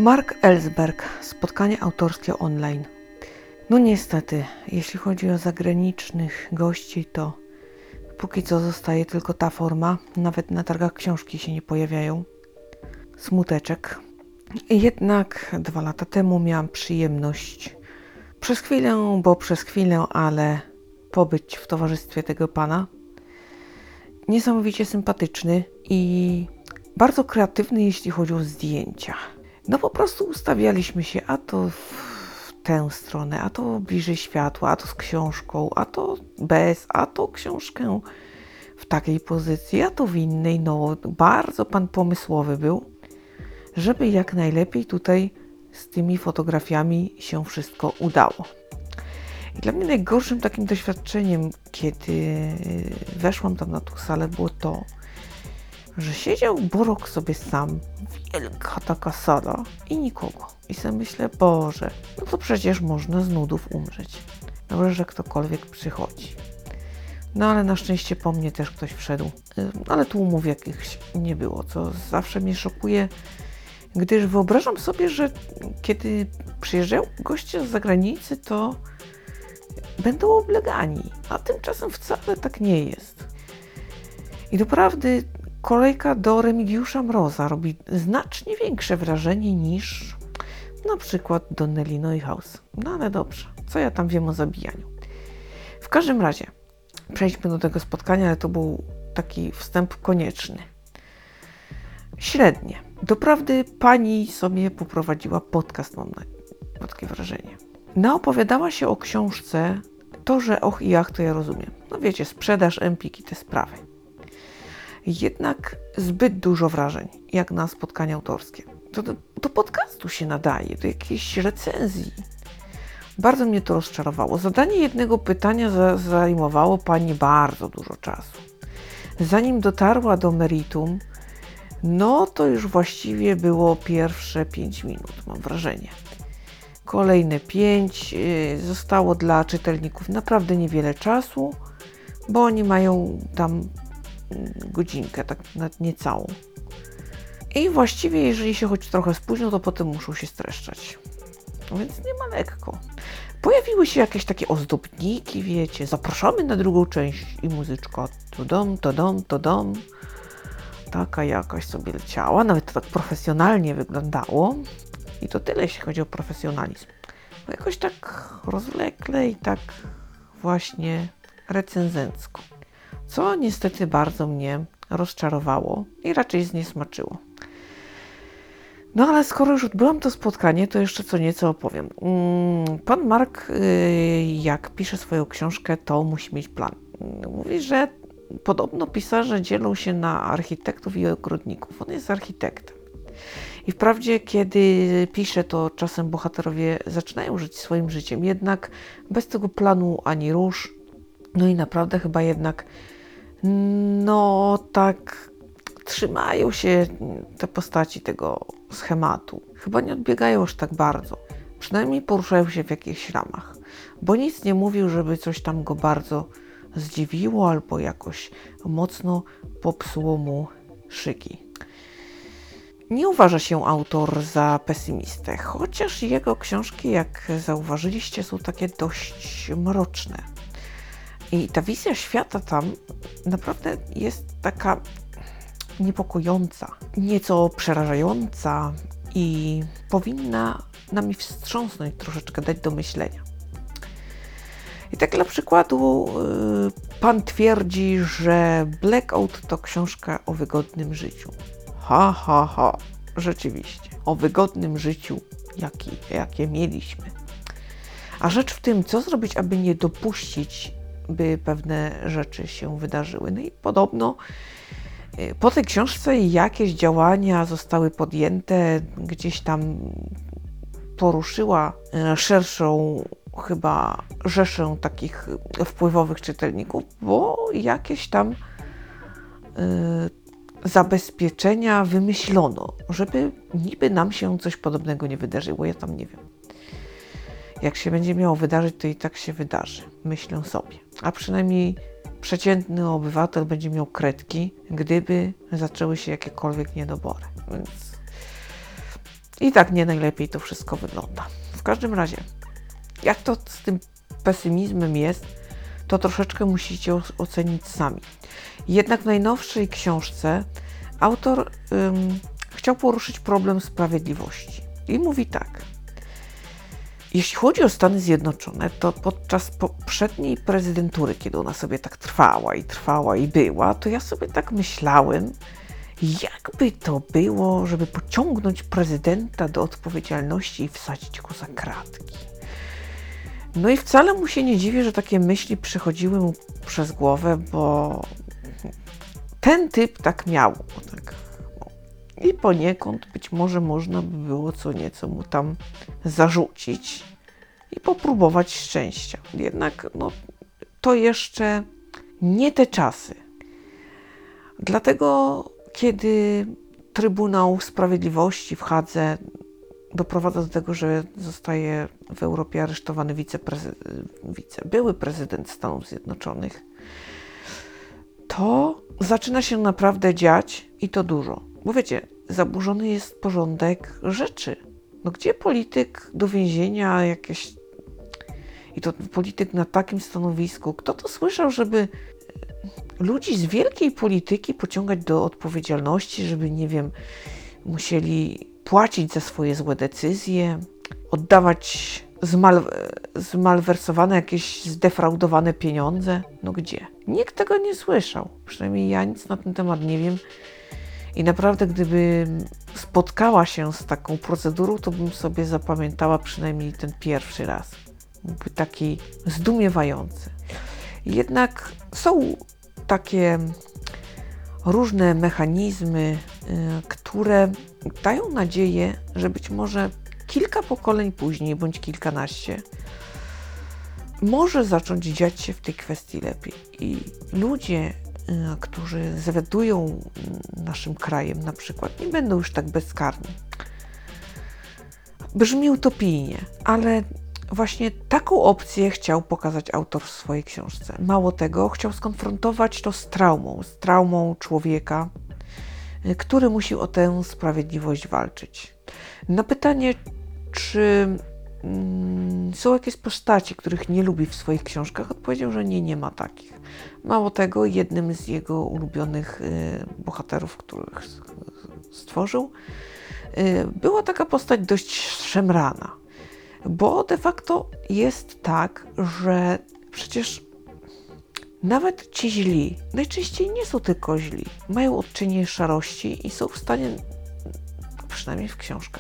Mark Ellsberg, spotkanie autorskie online. No niestety, jeśli chodzi o zagranicznych gości, to póki co zostaje tylko ta forma. Nawet na targach książki się nie pojawiają. Smuteczek. Jednak 2 lata temu miałam przyjemność przez chwilę, ale pobyć w towarzystwie tego pana. Niesamowicie sympatyczny i bardzo kreatywny, jeśli chodzi o zdjęcia. No po prostu ustawialiśmy się, a to w tę stronę, a to bliżej światła, a to z książką, a to bez, a to książkę w takiej pozycji, a to w innej. No bardzo pan pomysłowy był, żeby jak najlepiej tutaj z tymi fotografiami się wszystko udało. I dla mnie najgorszym takim doświadczeniem, kiedy weszłam tam na tą salę, było to, że siedział Borok sobie sam, wielka taka sala i nikogo. I sobie myślę, Boże, no to przecież można z nudów umrzeć. Dobrze, że ktokolwiek przychodzi. No ale na szczęście po mnie też ktoś wszedł. Ale tłumów jakichś nie było, co zawsze mnie szokuje, gdyż wyobrażam sobie, że kiedy przyjeżdżają goście z zagranicy, to będą oblegani, a tymczasem wcale tak nie jest. I doprawdy kolejka do Remigiusza Mroza robi znacznie większe wrażenie niż na przykład do Nelly Neuhaus. No ale dobrze, co ja tam wiem o zabijaniu. W każdym razie, przejdźmy do tego spotkania, ale to był taki wstęp konieczny. Średnie. Doprawdy pani sobie poprowadziła podcast, mam takie wrażenie. Naopowiadała się o książce, to, że och i ach, to ja rozumiem. No wiecie, sprzedaż, empiki, te sprawy. Jednak zbyt dużo wrażeń, jak na spotkania autorskie. To do podcastu się nadaje, do jakiejś recenzji. Bardzo mnie to rozczarowało. Zadanie jednego pytania zajmowało pani bardzo dużo czasu. Zanim dotarła do meritum, no to już właściwie było pierwsze 5 minut, mam wrażenie. Kolejne 5 zostało dla czytelników naprawdę niewiele czasu, bo oni mają tam godzinkę, tak nawet niecałą. I właściwie, jeżeli się choć trochę spóźnią, to potem muszą się streszczać. Więc nie ma lekko. Pojawiły się jakieś takie ozdobniki, wiecie, zapraszamy na drugą część i muzyczka to dom. Taka jakaś sobie leciała, nawet to tak profesjonalnie wyglądało. I to tyle, jeśli chodzi o profesjonalizm. Bo jakoś tak rozwlekle i tak właśnie recenzencko. Co niestety bardzo mnie rozczarowało i raczej zniesmaczyło. No ale skoro już odbyłam to spotkanie, to jeszcze co nieco opowiem. Pan Mark, jak pisze swoją książkę, to musi mieć plan. Mówi, że podobno pisarze dzielą się na architektów i ogrodników. On jest architektem. I wprawdzie, kiedy pisze, to czasem bohaterowie zaczynają żyć swoim życiem, jednak bez tego planu ani rusz. No i naprawdę chyba jednak no tak trzymają się te postaci tego schematu. Chyba nie odbiegają aż tak bardzo. Przynajmniej poruszają się w jakichś ramach. Bo nic nie mówił, żeby coś tam go bardzo zdziwiło albo jakoś mocno popsuło mu szyki. Nie uważa się autor za pesymistę, chociaż jego książki, jak zauważyliście, są takie dość mroczne. I ta wizja świata tam naprawdę jest taka niepokojąca, nieco przerażająca i powinna nami wstrząsnąć, troszeczkę dać do myślenia. I tak dla przykładu pan twierdzi, że Blackout to książka o wygodnym życiu. Ha, rzeczywiście, o wygodnym życiu, jakie mieliśmy. A rzecz w tym, co zrobić, aby nie dopuścić, by pewne rzeczy się wydarzyły. No i podobno po tej książce jakieś działania zostały podjęte, gdzieś tam poruszyła szerszą chyba rzeszę takich wpływowych czytelników, bo jakieś tam zabezpieczenia wymyślono, żeby niby nam się coś podobnego nie wydarzyło. Ja tam nie wiem. Jak się będzie miało wydarzyć, to i tak się wydarzy. Myślę sobie. A przynajmniej przeciętny obywatel będzie miał kredki, gdyby zaczęły się jakiekolwiek niedobory. Więc I tak nie najlepiej to wszystko wygląda. W każdym razie, jak to z tym pesymizmem jest, to troszeczkę musicie ocenić sami. Jednak w najnowszej książce autor chciał poruszyć problem sprawiedliwości. I mówi tak. Jeśli chodzi o Stany Zjednoczone, to podczas poprzedniej prezydentury, kiedy ona sobie tak trwała i była, to ja sobie tak myślałem, jakby to było, żeby pociągnąć prezydenta do odpowiedzialności i wsadzić go za kratki. No i wcale mu się nie dziwię, że takie myśli przychodziły mu przez głowę, bo ten typ tak miał. Tak. I poniekąd być może można by było co nieco mu tam zarzucić i popróbować szczęścia. Jednak to jeszcze nie te czasy. Dlatego, kiedy Trybunał Sprawiedliwości w Hadze doprowadza do tego, że zostaje w Europie aresztowany były prezydent Stanów Zjednoczonych, to zaczyna się naprawdę dziać i to dużo. Bo wiecie, zaburzony jest porządek rzeczy. Gdzie polityk do więzienia jakieś... I to polityk na takim stanowisku. Kto to słyszał, żeby ludzi z wielkiej polityki pociągać do odpowiedzialności, żeby, nie wiem, musieli płacić za swoje złe decyzje, oddawać zmalwersowane, jakieś zdefraudowane pieniądze? Gdzie? Nikt tego nie słyszał. Przynajmniej ja nic na ten temat nie wiem. I naprawdę, gdybym spotkała się z taką procedurą, to bym sobie zapamiętała przynajmniej ten pierwszy raz. Byłby taki zdumiewający. Jednak są takie różne mechanizmy, które dają nadzieję, że być może kilka pokoleń później, bądź kilkanaście, może zacząć dziać się w tej kwestii lepiej. I ludzie, którzy zawiadują naszym krajem na przykład, nie będą już tak bezkarni. Brzmi utopijnie, ale właśnie taką opcję chciał pokazać autor w swojej książce. Mało tego, chciał skonfrontować to z traumą człowieka, który musi o tę sprawiedliwość walczyć. Na pytanie, czy są jakieś postaci, których nie lubi w swoich książkach, odpowiedział, że nie ma takich. Mało tego, jednym z jego ulubionych bohaterów, których stworzył, była taka postać dość szemrana. Bo de facto jest tak, że przecież nawet ci źli najczęściej nie są tylko źli. Mają odcienie szarości i są w stanie, przynajmniej w książkach,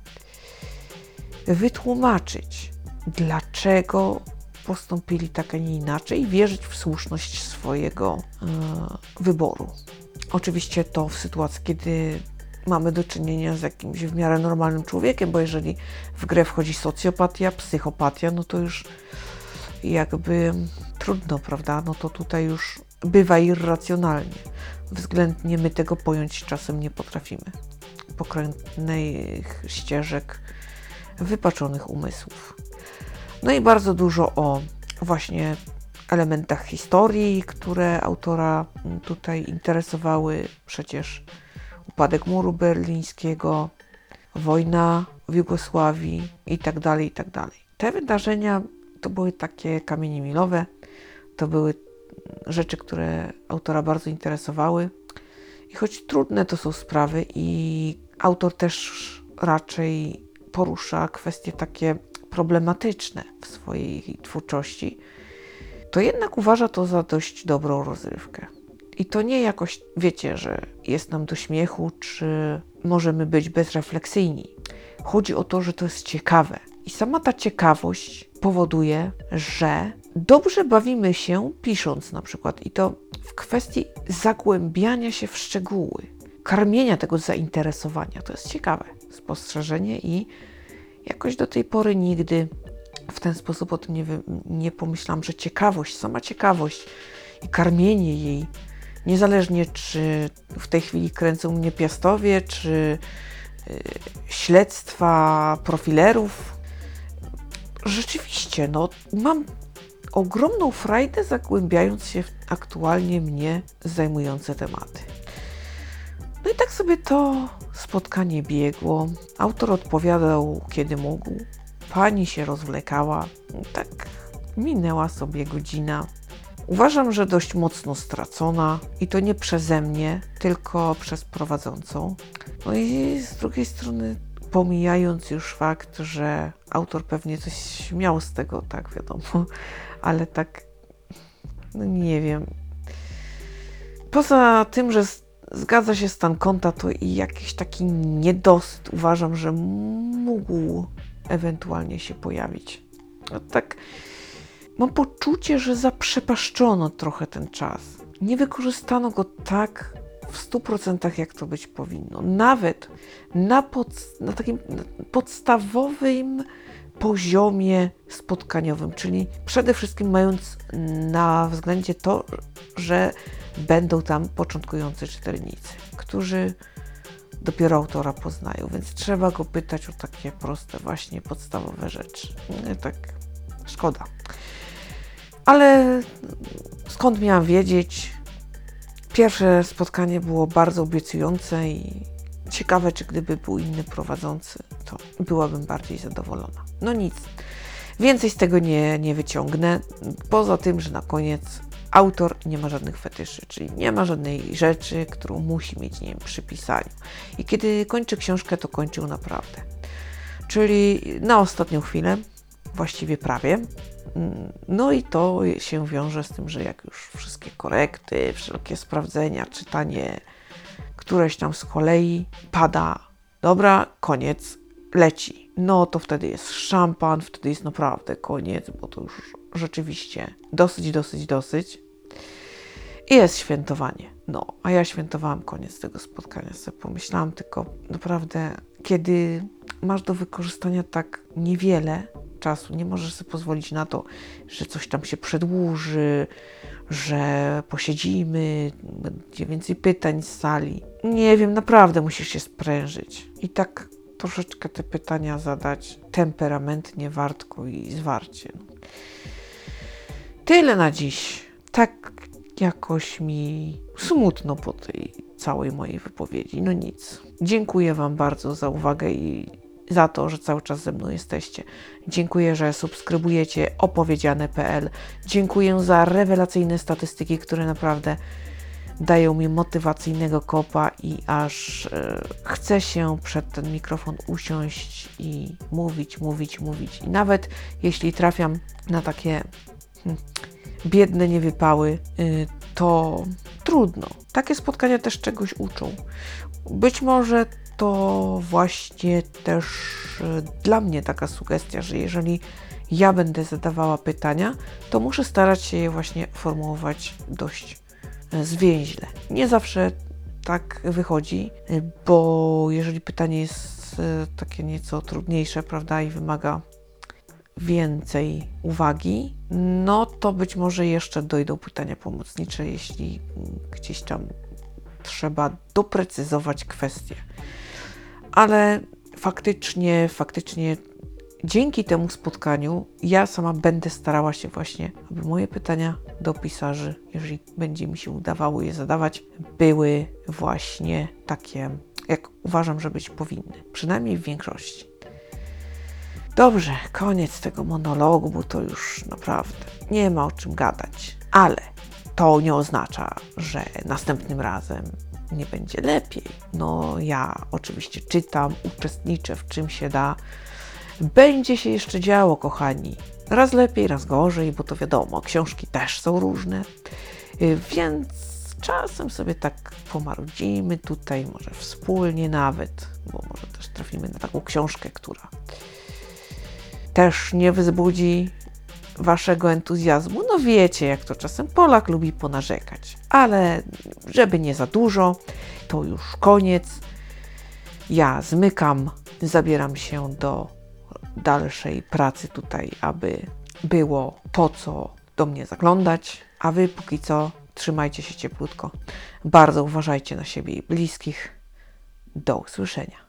wytłumaczyć, dlaczego postąpili tak, a nie inaczej i wierzyć w słuszność swojego wyboru. Oczywiście to w sytuacji, kiedy mamy do czynienia z jakimś w miarę normalnym człowiekiem, bo jeżeli w grę wchodzi socjopatia, psychopatia, to już jakby trudno, prawda? To tutaj już bywa irracjonalnie. Względnie my tego pojąć czasem nie potrafimy. Pokrętnych ścieżek, wypaczonych umysłów. I bardzo dużo o właśnie elementach historii, które autora tutaj interesowały. Przecież upadek muru berlińskiego, wojna w Jugosławii i tak dalej, i tak dalej. Te wydarzenia to były takie kamienie milowe, to były rzeczy, które autora bardzo interesowały. I choć trudne to są sprawy i autor też raczej porusza kwestie takie problematyczne w swojej twórczości, to jednak uważa to za dość dobrą rozrywkę. I to nie jakoś, wiecie, że jest nam do śmiechu, czy możemy być bezrefleksyjni. Chodzi o to, że to jest ciekawe. I sama ta ciekawość powoduje, że dobrze bawimy się pisząc na przykład. I to w kwestii zagłębiania się w szczegóły, karmienia tego zainteresowania. To jest ciekawe spostrzeżenie i jakoś do tej pory nigdy w ten sposób o tym nie pomyślałam, że sama ciekawość i karmienie jej, niezależnie czy w tej chwili kręcą mnie piastowie, czy śledztwa profilerów, rzeczywiście, mam ogromną frajdę zagłębiając się w aktualnie mnie zajmujące tematy. I tak sobie to spotkanie biegło, autor odpowiadał kiedy mógł, pani się rozwlekała, tak minęła sobie godzina. Uważam, że dość mocno stracona i to nie przeze mnie, tylko przez prowadzącą. No i z drugiej strony, pomijając już fakt, że autor pewnie coś miał z tego, tak wiadomo, ale tak, no nie wiem. Poza tym, że zgadza się stan konta, to i jakiś taki niedosyt uważam, że mógł ewentualnie się pojawić. No tak, mam poczucie, że zaprzepaszczono trochę ten czas. Nie wykorzystano go tak w 100% jak to być powinno. Nawet na takim podstawowym poziomie spotkaniowym, czyli przede wszystkim mając na względzie to, że będą tam początkujący czytelnicy, którzy dopiero autora poznają, więc trzeba go pytać o takie proste, właśnie podstawowe rzeczy. Tak, szkoda. Ale skąd miałam wiedzieć? Pierwsze spotkanie było bardzo obiecujące i ciekawe, czy gdyby był inny prowadzący, to byłabym bardziej zadowolona. No nic, więcej z tego nie wyciągnę, poza tym, że na koniec autor nie ma żadnych fetyszy, czyli nie ma żadnej rzeczy, którą musi mieć, nie wiem, przy pisaniu. I kiedy kończy książkę, to kończył naprawdę. Czyli na ostatnią chwilę, właściwie prawie. No i to się wiąże z tym, że jak już wszystkie korekty, wszelkie sprawdzenia, czytanie któreś tam z kolei pada, dobra, koniec, leci. No to wtedy jest szampan, wtedy jest naprawdę koniec, bo to już rzeczywiście dosyć. I jest świętowanie. No, a ja świętowałam koniec tego spotkania. Sobie pomyślałam tylko naprawdę, kiedy masz do wykorzystania tak niewiele czasu, nie możesz sobie pozwolić na to, że coś tam się przedłuży, że posiedzimy, będzie więcej pytań z sali. Nie wiem, naprawdę musisz się sprężyć. I tak troszeczkę te pytania zadać temperamentnie, wartko i zwarcie. Tyle na dziś. Tak jakoś mi smutno po tej całej mojej wypowiedzi. No nic. Dziękuję Wam bardzo za uwagę i za to, że cały czas ze mną jesteście. Dziękuję, że subskrybujecie opowiedziane.pl. Dziękuję za rewelacyjne statystyki, które naprawdę dają mi motywacyjnego kopa i aż chce się przed ten mikrofon usiąść i mówić. I nawet jeśli trafiam na takie biedne niewypały, to trudno. Takie spotkania też czegoś uczą. Być może to właśnie też dla mnie taka sugestia, że jeżeli ja będę zadawała pytania, to muszę starać się je właśnie formułować dość zwięźle. Nie zawsze tak wychodzi, bo jeżeli pytanie jest takie nieco trudniejsze, prawda, i wymaga więcej uwagi, no to być może jeszcze dojdą pytania pomocnicze, jeśli gdzieś tam trzeba doprecyzować kwestie. Ale faktycznie dzięki temu spotkaniu ja sama będę starała się właśnie, aby moje pytania do pisarzy, jeżeli będzie mi się udawało je zadawać, były właśnie takie, jak uważam, że być powinny. Przynajmniej w większości. Dobrze, koniec tego monologu, bo to już naprawdę nie ma o czym gadać. Ale to nie oznacza, że następnym razem nie będzie lepiej. No ja oczywiście czytam, uczestniczę w czym się da. Będzie się jeszcze działo, kochani. Raz lepiej, raz gorzej, bo to wiadomo, książki też są różne. Więc czasem sobie tak pomarudzimy tutaj, może wspólnie nawet, bo może też trafimy na taką książkę, która też nie wzbudzi Waszego entuzjazmu. No wiecie, jak to czasem Polak lubi ponarzekać. Ale żeby nie za dużo, to już koniec. Ja zmykam, zabieram się do dalszej pracy tutaj, aby było po co do mnie zaglądać. A Wy póki co trzymajcie się cieplutko. Bardzo uważajcie na siebie i bliskich. Do usłyszenia.